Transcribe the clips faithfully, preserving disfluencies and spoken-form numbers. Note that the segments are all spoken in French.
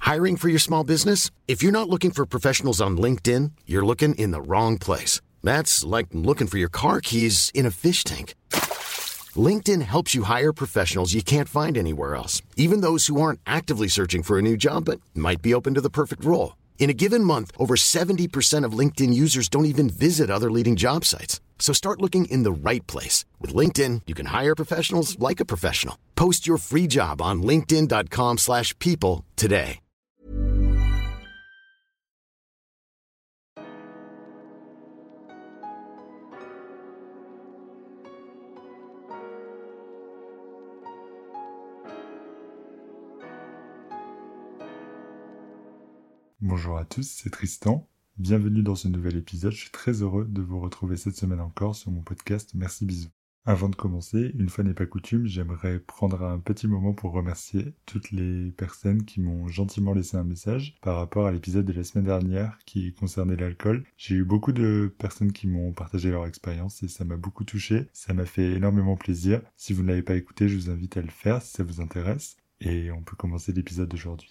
Hiring for your small business? If you're not looking for professionals on LinkedIn, you're looking in the wrong place. That's like looking for your car keys in a fish tank. LinkedIn helps you hire professionals you can't find anywhere else, even those who aren't actively searching for a new job but might be open to the perfect role. In a given month, over seventy percent of LinkedIn users don't even visit other leading job sites. So start looking in the right place. With LinkedIn, you can hire professionals like a professional. Post your free job on linkedin.com slash people today. Bonjour à tous, c'est Tristan. Bienvenue dans ce nouvel épisode. Je suis très heureux de vous retrouver cette semaine encore sur mon podcast Merci Bisous. Avant de commencer, une fois n'est pas coutume, j'aimerais prendre un petit moment pour remercier toutes les personnes qui m'ont gentiment laissé un message par rapport à l'épisode de la semaine dernière qui concernait l'alcool. J'ai eu beaucoup de personnes qui m'ont partagé leur expérience et ça m'a beaucoup touché. Ça m'a fait énormément plaisir. Si vous ne l'avez pas écouté, je vous invite à le faire si ça vous intéresse. Et on peut commencer l'épisode d'aujourd'hui.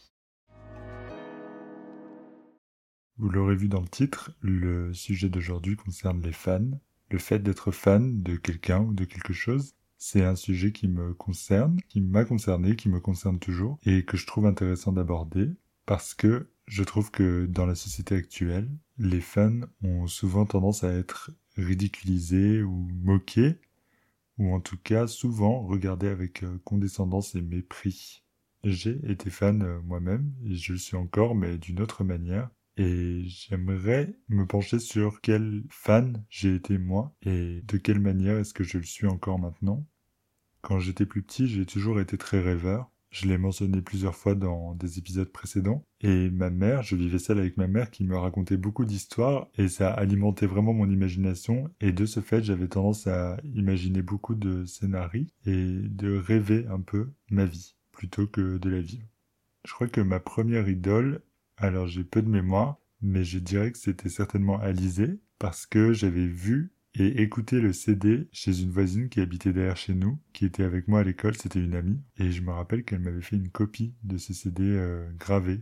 Vous l'aurez vu dans le titre, le sujet d'aujourd'hui concerne les fans. Le fait d'être fan de quelqu'un ou de quelque chose, c'est un sujet qui me concerne, qui m'a concerné, qui me concerne toujours, et que je trouve intéressant d'aborder, parce que je trouve que dans la société actuelle, les fans ont souvent tendance à être ridiculisés ou moqués, ou en tout cas souvent regardés avec condescendance et mépris. J'ai été fan euh, moi-même, et je le suis encore, mais d'une autre manière. Et j'aimerais me pencher sur quel fan j'ai été moi et de quelle manière est-ce que je le suis encore maintenant. Quand j'étais plus petit, j'ai toujours été très rêveur. Je l'ai mentionné plusieurs fois dans des épisodes précédents. Et ma mère, je vivais seule avec ma mère qui me racontait beaucoup d'histoires et ça alimentait vraiment mon imagination. Et de ce fait, j'avais tendance à imaginer beaucoup de scénarios et de rêver un peu ma vie plutôt que de la vivre. Je crois que ma première idole, alors j'ai peu de mémoire, mais je dirais que c'était certainement Alizée, parce que j'avais vu et écouté le C D chez une voisine qui habitait derrière chez nous, qui était avec moi à l'école, c'était une amie, et je me rappelle qu'elle m'avait fait une copie de ce C D euh, gravé.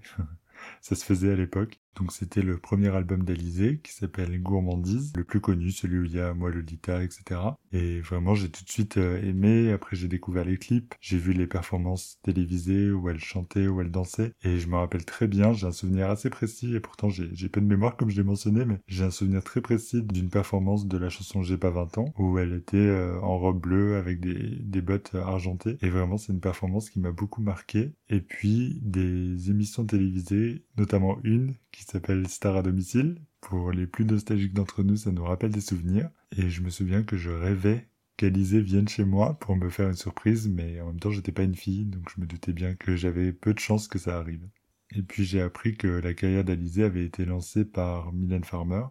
Ça se faisait à l'époque. Donc c'était le premier album d'Alizée qui s'appelle Gourmandise, le plus connu, celui où il y a Moi Lolita, et cetera. Et vraiment j'ai tout de suite euh, aimé, après j'ai découvert les clips, j'ai vu les performances télévisées où elle chantait, où elle dansait, et je me rappelle très bien, j'ai un souvenir assez précis, et pourtant j'ai, j'ai peu de mémoire comme je l'ai mentionné, mais j'ai un souvenir très précis d'une performance de la chanson J'ai pas vingt ans, où elle était euh, en robe bleue avec des, des bottes argentées, et vraiment c'est une performance qui m'a beaucoup marqué. Et puis des émissions télévisées, notamment une qui s'appelle Star à domicile. Pour les plus nostalgiques d'entre nous, ça nous rappelle des souvenirs. Et je me souviens que je rêvais qu'Alizée vienne chez moi pour me faire une surprise, mais en même temps, j'étais pas une fille, donc je me doutais bien que j'avais peu de chances que ça arrive. Et puis j'ai appris que la carrière d'Alizée avait été lancée par Mylène Farmer.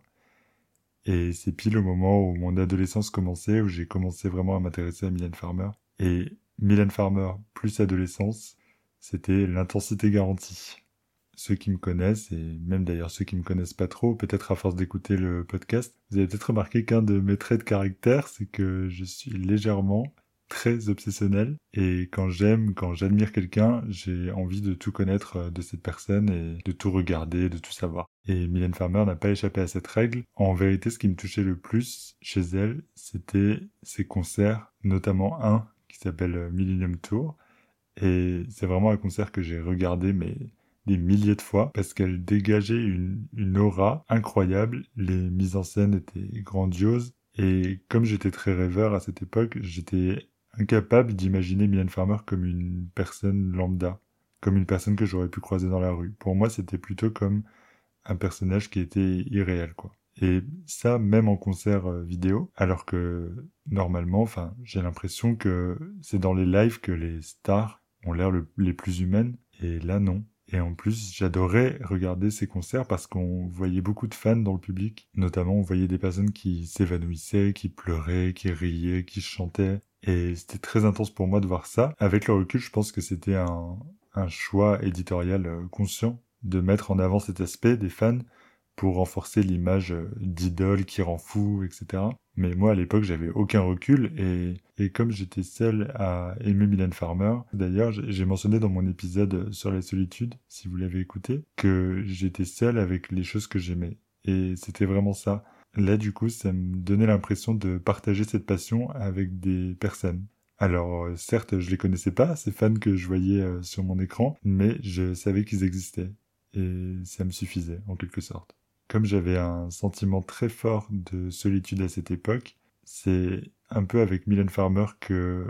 Et c'est pile au moment où mon adolescence commençait, où j'ai commencé vraiment à m'intéresser à Mylène Farmer. Et Mylène Farmer plus adolescence, c'était l'intensité garantie. Ceux qui me connaissent, et même d'ailleurs ceux qui me connaissent pas trop, peut-être à force d'écouter le podcast, vous avez peut-être remarqué qu'un de mes traits de caractère, c'est que je suis légèrement très obsessionnel, et quand j'aime, quand j'admire quelqu'un, j'ai envie de tout connaître de cette personne, et de tout regarder, de tout savoir. Et Mylène Farmer n'a pas échappé à cette règle. En vérité, ce qui me touchait le plus chez elle, c'était ses concerts, notamment un qui s'appelle Millennium Tour, et c'est vraiment un concert que j'ai regardé, mais des milliers de fois, parce qu'elle dégageait une, une aura incroyable, les mises en scène étaient grandioses, et comme j'étais très rêveur à cette époque, j'étais incapable d'imaginer Mylène Farmer comme une personne lambda, comme une personne que j'aurais pu croiser dans la rue. Pour moi, c'était plutôt comme un personnage qui était irréel, quoi. Et ça, même en concert euh, vidéo, alors que normalement, enfin, j'ai l'impression que c'est dans les lives que les stars ont l'air le, les plus humaines, et là, non. Et en plus, j'adorais regarder ces concerts parce qu'on voyait beaucoup de fans dans le public. Notamment, on voyait des personnes qui s'évanouissaient, qui pleuraient, qui riaient, qui chantaient. Et c'était très intense pour moi de voir ça. Avec le recul, je pense que c'était un, un choix éditorial conscient de mettre en avant cet aspect des fans pour renforcer l'image d'idole qui rend fou, et cetera. Mais moi, à l'époque, j'avais aucun recul et, et comme j'étais seul à aimer Mylène Farmer, d'ailleurs, j'ai mentionné dans mon épisode sur la solitude, si vous l'avez écouté, que j'étais seul avec les choses que j'aimais. Et c'était vraiment ça. Là, du coup, ça me donnait l'impression de partager cette passion avec des personnes. Alors, euh, certes, je les connaissais pas, ces fans que je voyais euh, sur mon écran, mais je savais qu'ils existaient. Et ça me suffisait, en quelque sorte. Comme j'avais un sentiment très fort de solitude à cette époque, c'est un peu avec Mylène Farmer que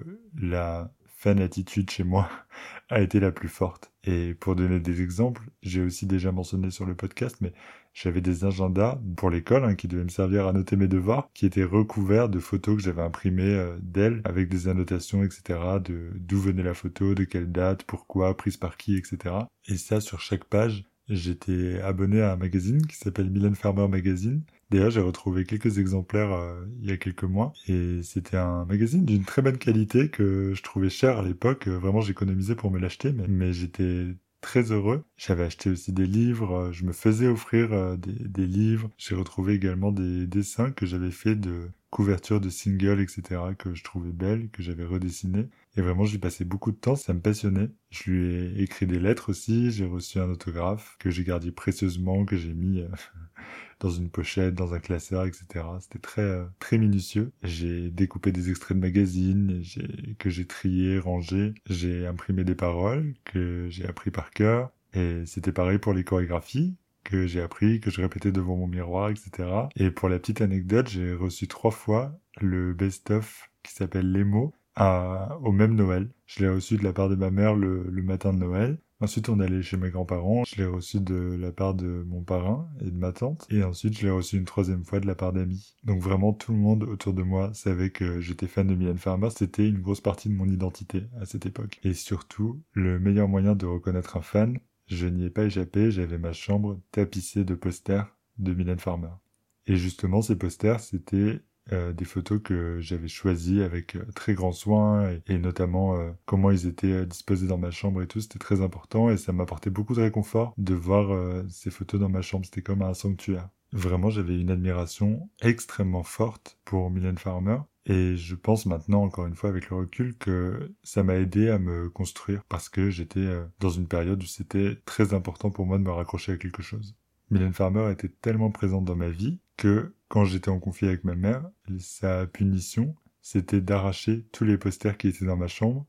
la fan attitude chez moi a été la plus forte. Et pour donner des exemples, j'ai aussi déjà mentionné sur le podcast, mais j'avais des agendas pour l'école hein, qui devaient me servir à noter mes devoirs, qui étaient recouverts de photos que j'avais imprimées euh, d'elle, avec des annotations, et cetera, de d'où venait la photo, de quelle date, pourquoi, prise par qui, et cetera. Et ça, sur chaque page, j'étais abonné à un magazine qui s'appelle Mylène Farmer Magazine. D'ailleurs, j'ai retrouvé quelques exemplaires euh, il y a quelques mois. Et c'était un magazine d'une très bonne qualité que je trouvais cher à l'époque. Euh, Vraiment, j'économisais pour me l'acheter, mais, mais j'étais très heureux. J'avais acheté aussi des livres. euh, Je me faisais offrir euh, des, des livres. J'ai retrouvé également des dessins que j'avais fait de couvertures de singles, et cetera, que je trouvais belles, que j'avais redessinées. Et vraiment, j'y passais beaucoup de temps, ça me passionnait. Je lui ai écrit des lettres aussi, j'ai reçu un autographe que j'ai gardé précieusement, que j'ai mis euh, dans une pochette, dans un classeur, et cetera. C'était très euh, très minutieux. J'ai découpé des extraits de magazines j'ai, que j'ai triés, rangés. J'ai imprimé des paroles que j'ai appris par cœur. Et c'était pareil pour les chorégraphies que j'ai appris, que je répétais devant mon miroir, et cetera. Et pour la petite anecdote, j'ai reçu trois fois le best-of qui s'appelle Les mots à, au même Noël. Je l'ai reçu de la part de ma mère le, le matin de Noël. Ensuite, on est allé chez mes grands-parents. Je l'ai reçu de la part de mon parrain et de ma tante. Et ensuite, je l'ai reçu une troisième fois de la part d'amis. Donc vraiment, tout le monde autour de moi savait que j'étais fan de Mylène Farmer. C'était une grosse partie de mon identité à cette époque. Et surtout, le meilleur moyen de reconnaître un fan, je n'y ai pas échappé, j'avais ma chambre tapissée de posters de Mylène Farmer. Et justement, ces posters, c'était euh, des photos que j'avais choisies avec euh, très grand soin, et, et notamment euh, comment ils étaient euh, disposés dans ma chambre et tout, c'était très important, et ça m'apportait beaucoup de réconfort de voir euh, ces photos dans ma chambre, c'était comme un sanctuaire. Vraiment, j'avais une admiration extrêmement forte pour Mylène Farmer, et je pense maintenant, encore une fois, avec le recul, que ça m'a aidé à me construire parce que j'étais euh, dans une période où c'était très important pour moi de me raccrocher à quelque chose. Mylène Farmer était tellement présente dans ma vie que, quand j'étais en conflit avec ma mère, sa punition, c'était d'arracher tous les posters qui étaient dans ma chambre.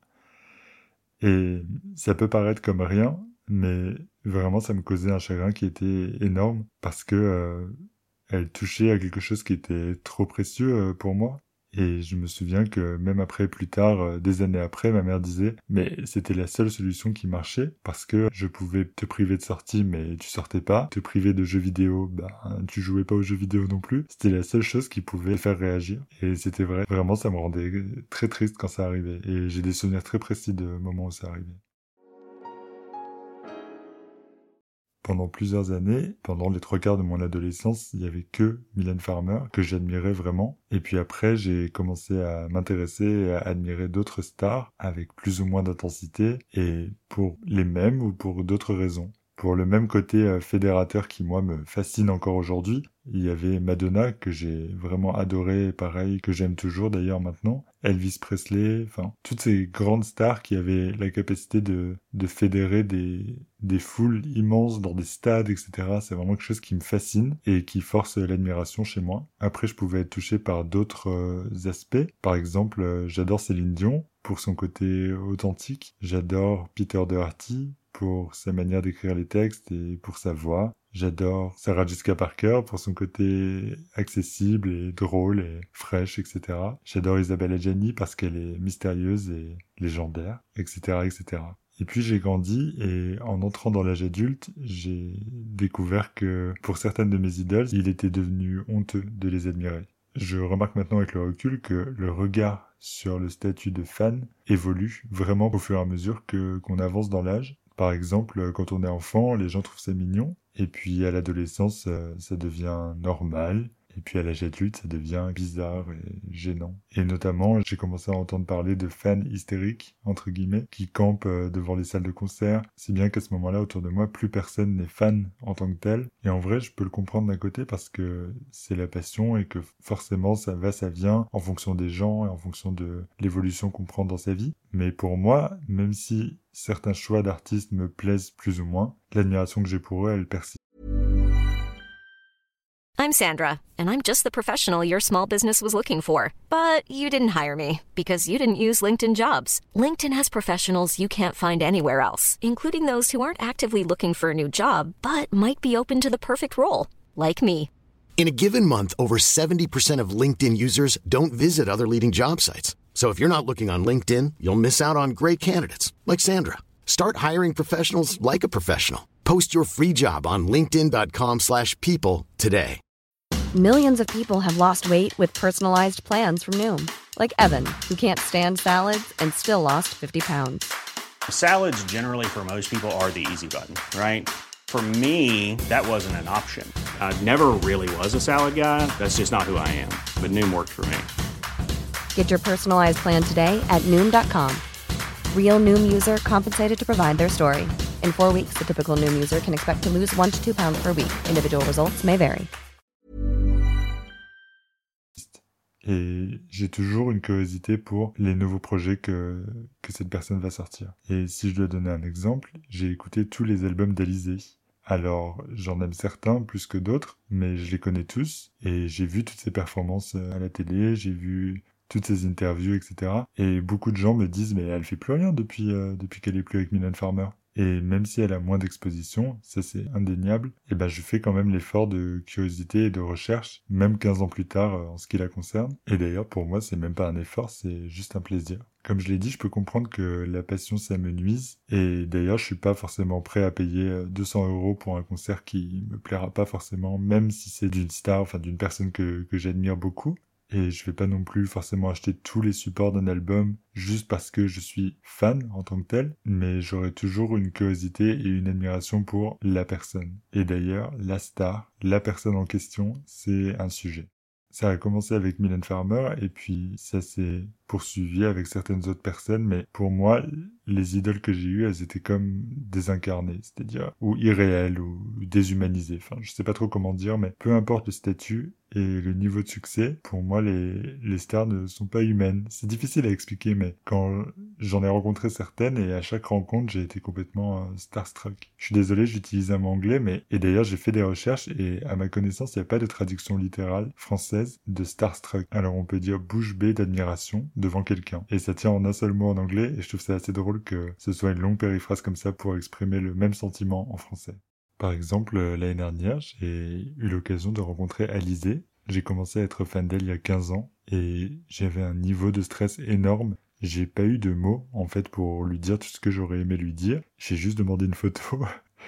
Et ça peut paraître comme rien, mais vraiment, ça me causait un chagrin qui était énorme parce que euh, elle touchait à quelque chose qui était trop précieux euh, pour moi. Et je me souviens que même après, plus tard, euh, des années après, ma mère disait « Mais c'était la seule solution qui marchait parce que je pouvais te priver de sortie, mais tu sortais pas. Te priver de jeux vidéo, bah, tu jouais pas aux jeux vidéo non plus. C'était la seule chose qui pouvait faire réagir. » Et c'était vrai. Vraiment, ça me rendait très triste quand ça arrivait. Et j'ai des souvenirs très précis de moments où ça arrivait. Pendant plusieurs années, pendant les trois quarts de mon adolescence, il y avait que Mylène Farmer, que j'admirais vraiment. Et puis après, j'ai commencé à m'intéresser et à admirer d'autres stars avec plus ou moins d'intensité et pour les mêmes ou pour d'autres raisons. Pour le même côté euh, fédérateur qui, moi, me fascine encore aujourd'hui, il y avait Madonna, que j'ai vraiment adoré, pareil, que j'aime toujours d'ailleurs maintenant, Elvis Presley, enfin, toutes ces grandes stars qui avaient la capacité de, de fédérer des, des foules immenses dans des stades, et cetera. C'est vraiment quelque chose qui me fascine et qui force l'admiration chez moi. Après, je pouvais être touché par d'autres euh, aspects. Par exemple, euh, j'adore Céline Dion pour son côté authentique. J'adore Peter Doherty pour sa manière d'écrire les textes et pour sa voix. J'adore Sarah Jessica Parker pour son côté accessible et drôle et fraîche, et cetera. J'adore Isabelle Adjani parce qu'elle est mystérieuse et légendaire, et cetera, et cetera. Et puis j'ai grandi et en entrant dans l'âge adulte, j'ai découvert que pour certaines de mes idoles, il était devenu honteux de les admirer. Je remarque maintenant avec le recul que le regard sur le statut de fan évolue vraiment au fur et à mesure que qu'on avance dans l'âge. Par exemple, quand on est enfant, les gens trouvent ça mignon. Et puis à l'adolescence, ça devient normal. Et puis à l'âge adulte, ça devient bizarre et gênant. Et notamment, j'ai commencé à entendre parler de fans hystériques, entre guillemets, qui campent euh, devant les salles de concert. Si bien qu'à ce moment-là, autour de moi, plus personne n'est fan en tant que tel. Et en vrai, je peux le comprendre d'un côté parce que c'est la passion et que forcément, ça va, ça vient en fonction des gens et en fonction de l'évolution qu'on prend dans sa vie. Mais pour moi, même si certains choix d'artistes me plaisent plus ou moins, l'admiration que j'ai pour eux, elle persiste. I'm Sandra, and I'm just the professional your small business was looking for. But you didn't hire me because you didn't use LinkedIn Jobs. LinkedIn has professionals you can't find anywhere else, including those who aren't actively looking for a new job, but might be open to the perfect role, like me. In a given month, over seventy percent of LinkedIn users don't visit other leading job sites. So if you're not looking on LinkedIn, you'll miss out on great candidates like Sandra. Start hiring professionals like a professional. Post your free job on linkedin.com slash people today. Millions of people have lost weight with personalized plans from Noom. Like Evan, who can't stand salads and still lost fifty pounds. Salads generally for most people are the easy button, right? For me, that wasn't an option. I never really was a salad guy. That's just not who I am. But Noom worked for me. Get your personalized plan today at Noom dot com. Real Noom user compensated to provide their story. In four weeks, the typical Noom user can expect to lose one to two pounds per week. Individual results may vary. Et j'ai toujours une curiosité pour les nouveaux projets que, que cette personne va sortir. Et si je dois donner un exemple, j'ai écouté tous les albums d'Alizée. Alors, j'en aime certains plus que d'autres, mais je les connais tous. Et j'ai vu toutes ses performances à la télé, j'ai vu toutes ses interviews, et cetera. Et beaucoup de gens me disent, mais elle fait plus rien depuis, euh, depuis qu'elle est plus avec Mylène Farmer. Et même si elle a moins d'exposition, ça c'est indéniable, et ben je fais quand même l'effort de curiosité et de recherche, même quinze ans plus tard en ce qui la concerne. Et d'ailleurs pour moi c'est même pas un effort, c'est juste un plaisir. Comme je l'ai dit, je peux comprendre que la passion ça me nuise, et d'ailleurs je suis pas forcément prêt à payer deux cents euros pour un concert qui me plaira pas forcément, même si c'est d'une star, enfin d'une personne que, que j'admire beaucoup. Et je vais pas non plus forcément acheter tous les supports d'un album juste parce que je suis fan en tant que tel, mais j'aurai toujours une curiosité et une admiration pour la personne. Et d'ailleurs, la star, la personne en question, c'est un sujet. Ça a commencé avec Mylène Farmer et puis ça s'est poursuivi avec certaines autres personnes, mais pour moi, les idoles que j'ai eues, elles étaient comme désincarnées, c'est-à-dire ou irréelles ou déshumanisées. Enfin, je sais pas trop comment dire, mais peu importe le statut et le niveau de succès, pour moi, les, les stars ne sont pas humaines. C'est difficile à expliquer, mais quand j'en ai rencontré certaines et à chaque rencontre, j'ai été complètement euh, starstruck. Je suis désolé, j'utilise un mot anglais, mais et d'ailleurs, j'ai fait des recherches et à ma connaissance, il n'y a pas de traduction littérale française de starstruck. Alors on peut dire bouche bée d'admiration devant quelqu'un. Et ça tient en un seul mot en anglais et je trouve ça assez drôle que ce soit une longue périphrase comme ça pour exprimer le même sentiment en français. Par exemple, l'année dernière, j'ai eu l'occasion de rencontrer Alizée. J'ai commencé à être fan d'elle il y a quinze ans et j'avais un niveau de stress énorme. J'ai pas eu de mots, en fait, pour lui dire tout ce que j'aurais aimé lui dire. J'ai juste demandé une photo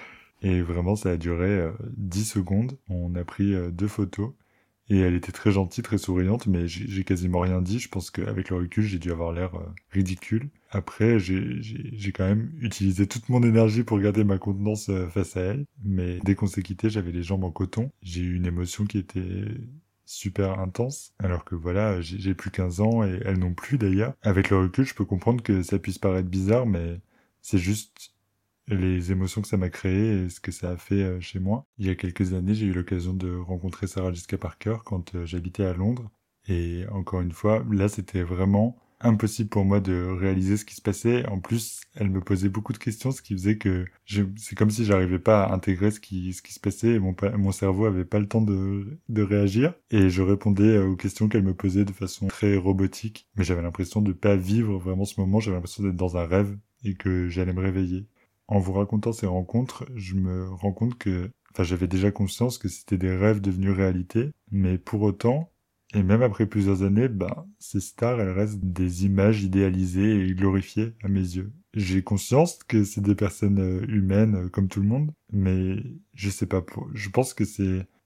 et vraiment, ça a duré euh, dix secondes. On a pris euh, deux photos et elle était très gentille, très souriante, mais j'ai, j'ai quasiment rien dit. Je pense qu'avec le recul, j'ai dû avoir l'air euh, ridicule. Après, j'ai, j'ai, j'ai quand même utilisé toute mon énergie pour garder ma contenance euh, face à elle. Mais dès qu'on s'est quitté, j'avais les jambes en coton. J'ai eu une émotion qui était super intense, alors que voilà, j'ai, j'ai plus quinze ans et elle non plus d'ailleurs. Avec le recul, je peux comprendre que ça puisse paraître bizarre, mais c'est juste les émotions que ça m'a créées et ce que ça a fait chez moi. Il y a quelques années, j'ai eu l'occasion de rencontrer Sarah Jessica Parker quand euh, j'habitais à Londres. Et encore une fois, là, c'était vraiment impossible pour moi de réaliser ce qui se passait. En plus, elle me posait beaucoup de questions, ce qui faisait que je... c'est comme si j'arrivais pas à intégrer ce qui, ce qui se passait et mon, mon cerveau avait pas le temps de, de réagir. Et je répondais aux questions qu'elle me posait de façon très robotique. Mais j'avais l'impression de pas vivre vraiment ce moment, j'avais l'impression d'être dans un rêve et que j'allais me réveiller. En vous racontant ces rencontres, je me rends compte que, enfin, j'avais déjà conscience que c'était des rêves devenus réalité, mais pour autant, et même après plusieurs années, ben, ces stars, elles restent des images idéalisées et glorifiées à mes yeux. J'ai conscience que c'est des personnes humaines comme tout le monde, mais je sais pas, je pense que c'est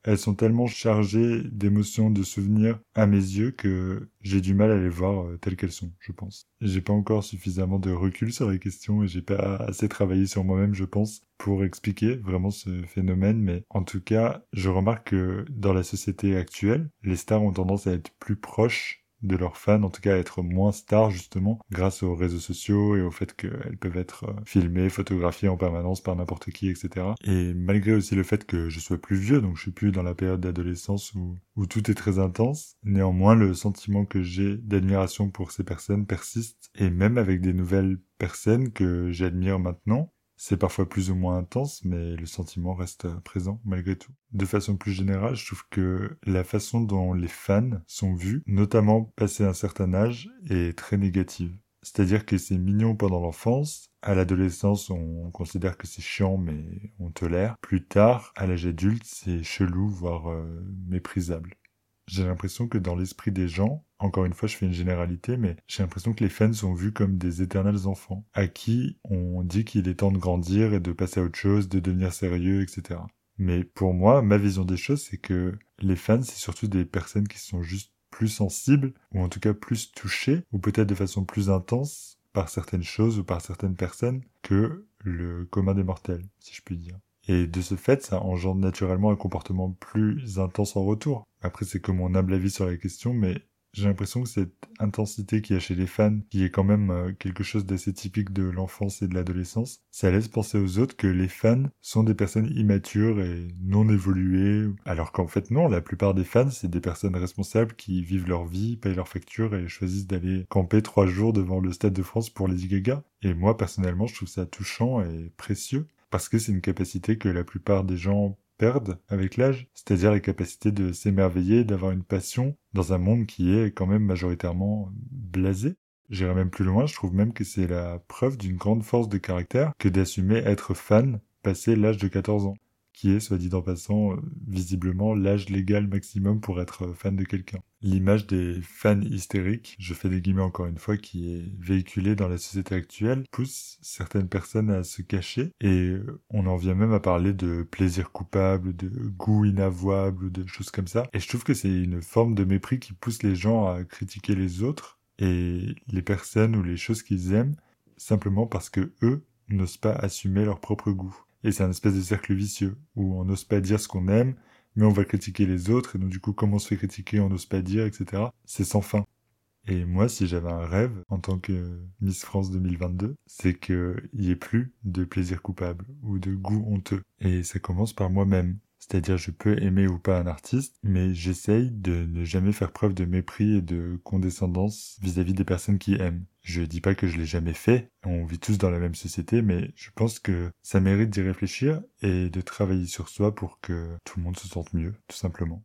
elles sont tellement chargées d'émotions, de souvenirs à mes yeux que j'ai du mal à les voir euh, telles qu'elles sont, je pense. J'ai pas encore suffisamment de recul sur la question et j'ai pas assez travaillé sur moi-même, je pense, pour expliquer vraiment ce phénomène, mais en tout cas, je remarque que dans la société actuelle, les stars ont tendance à être plus proches de leurs fans, en tout cas à être moins stars justement, grâce aux réseaux sociaux et au fait qu'elles peuvent être euh, filmées, photographiées en permanence par n'importe qui, et cetera. Et malgré aussi le fait que je sois plus vieux, donc je suis plus dans la période d'adolescence où, où tout est très intense, néanmoins le sentiment que j'ai d'admiration pour ces personnes persiste, et même avec des nouvelles personnes que j'admire maintenant, c'est parfois plus ou moins intense, mais le sentiment reste présent malgré tout. De façon plus générale, je trouve que la façon dont les fans sont vus, notamment passé un certain âge, est très négative. C'est-à-dire que c'est mignon pendant l'enfance, à l'adolescence on considère que c'est chiant mais on tolère. Plus tard, à l'âge adulte, c'est chelou, voire euh, méprisable. J'ai l'impression que dans l'esprit des gens, encore une fois je fais une généralité, mais j'ai l'impression que les fans sont vus comme des éternels enfants, à qui on dit qu'il est temps de grandir et de passer à autre chose, de devenir sérieux, et cetera. Mais pour moi, ma vision des choses, c'est que les fans, c'est surtout des personnes qui sont juste plus sensibles, ou en tout cas plus touchées, ou peut-être de façon plus intense, par certaines choses ou par certaines personnes, que le commun des mortels, si je puis dire. Et de ce fait, ça engendre naturellement un comportement plus intense en retour. Après, c'est que mon humble avis sur la question, mais j'ai l'impression que cette intensité qu'il y a chez les fans, qui est quand même euh, quelque chose d'assez typique de l'enfance et de l'adolescence, ça laisse penser aux autres que les fans sont des personnes immatures et non évoluées, alors qu'en fait non, la plupart des fans, c'est des personnes responsables qui vivent leur vie, payent leurs factures et choisissent d'aller camper trois jours devant le Stade de France pour Lady Gaga. Et moi, personnellement, je trouve ça touchant et précieux, parce que c'est une capacité que la plupart des gens perdent avec l'âge, c'est-à-dire la capacité de s'émerveiller, d'avoir une passion dans un monde qui est quand même majoritairement blasé. J'irai même plus loin, je trouve même que c'est la preuve d'une grande force de caractère que d'assumer être fan passé l'âge de quatorze ans, qui est, soit dit en passant, visiblement l'âge légal maximum pour être fan de quelqu'un. L'image des fans hystériques, je fais des guillemets encore une fois, qui est véhiculée dans la société actuelle, pousse certaines personnes à se cacher, et on en vient même à parler de plaisir coupable, de goût inavouable, de choses comme ça. Et je trouve que c'est une forme de mépris qui pousse les gens à critiquer les autres, et les personnes ou les choses qu'ils aiment, simplement parce que eux n'osent pas assumer leur propre goût. Et c'est un espèce de cercle vicieux, où on n'ose pas dire ce qu'on aime, mais on va critiquer les autres, et donc du coup, comme on se fait critiquer, on n'ose pas dire, et cetera. C'est sans fin. Et moi, si j'avais un rêve, en tant que Miss France deux mille vingt-deux, c'est qu'il n'y ait plus de plaisir coupable, ou de goût honteux. Et ça commence par moi-même. C'est-à-dire, je peux aimer ou pas un artiste, mais j'essaye de ne jamais faire preuve de mépris et de condescendance vis-à-vis des personnes qui aiment. Je dis pas que je l'ai jamais fait, on vit tous dans la même société, mais je pense que ça mérite d'y réfléchir et de travailler sur soi pour que tout le monde se sente mieux, tout simplement.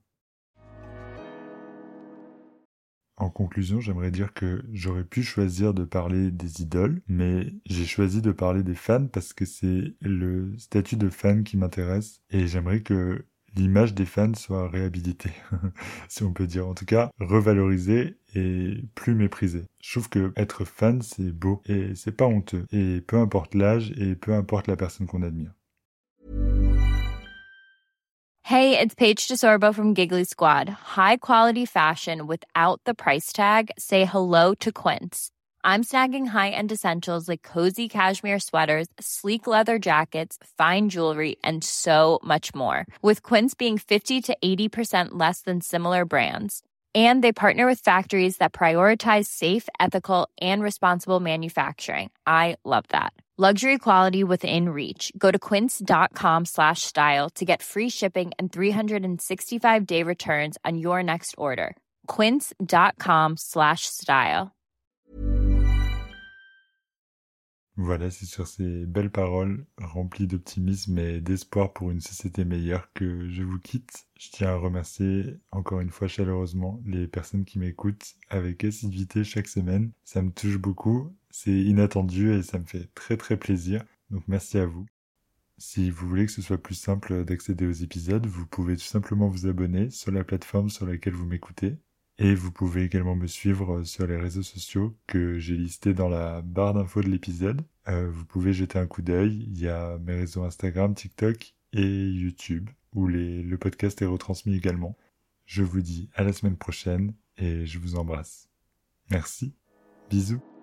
En conclusion, j'aimerais dire que j'aurais pu choisir de parler des idoles, mais j'ai choisi de parler des fans parce que c'est le statut de fan qui m'intéresse et j'aimerais que l'image des fans soit réhabilitée, si on peut dire. En tout cas, revalorisée et plus méprisée. Je trouve que être fan, c'est beau et c'est pas honteux. Et peu importe l'âge et peu importe la personne qu'on admire. Hey, it's Paige DeSorbo from Giggly Squad. High quality fashion without the price tag. Say hello to Quince. I'm snagging high-end essentials like cozy cashmere sweaters, sleek leather jackets, fine jewelry, and so much more. With Quince being fifty to eighty percent less than similar brands. And they partner with factories that prioritize safe, ethical, and responsible manufacturing. I love that. Luxury quality within reach. Go to quince.com slash style to get free shipping and three sixty-five day returns on your next order. Quince.com slash style. Voilà, c'est sur ces belles paroles remplies d'optimisme et d'espoir pour une société meilleure que je vous quitte. Je tiens à remercier encore une fois chaleureusement les personnes qui m'écoutent avec assiduité chaque semaine. Ça me touche beaucoup, c'est inattendu et ça me fait très très plaisir. Donc merci à vous. Si vous voulez que ce soit plus simple d'accéder aux épisodes, vous pouvez tout simplement vous abonner sur la plateforme sur laquelle vous m'écoutez. Et vous pouvez également me suivre sur les réseaux sociaux que j'ai listés dans la barre d'infos de l'épisode. Euh, vous pouvez jeter un coup d'œil, il y a mes réseaux Instagram, TikTok et YouTube, où les, le podcast est retransmis également. Je vous dis à la semaine prochaine et je vous embrasse. Merci, bisous.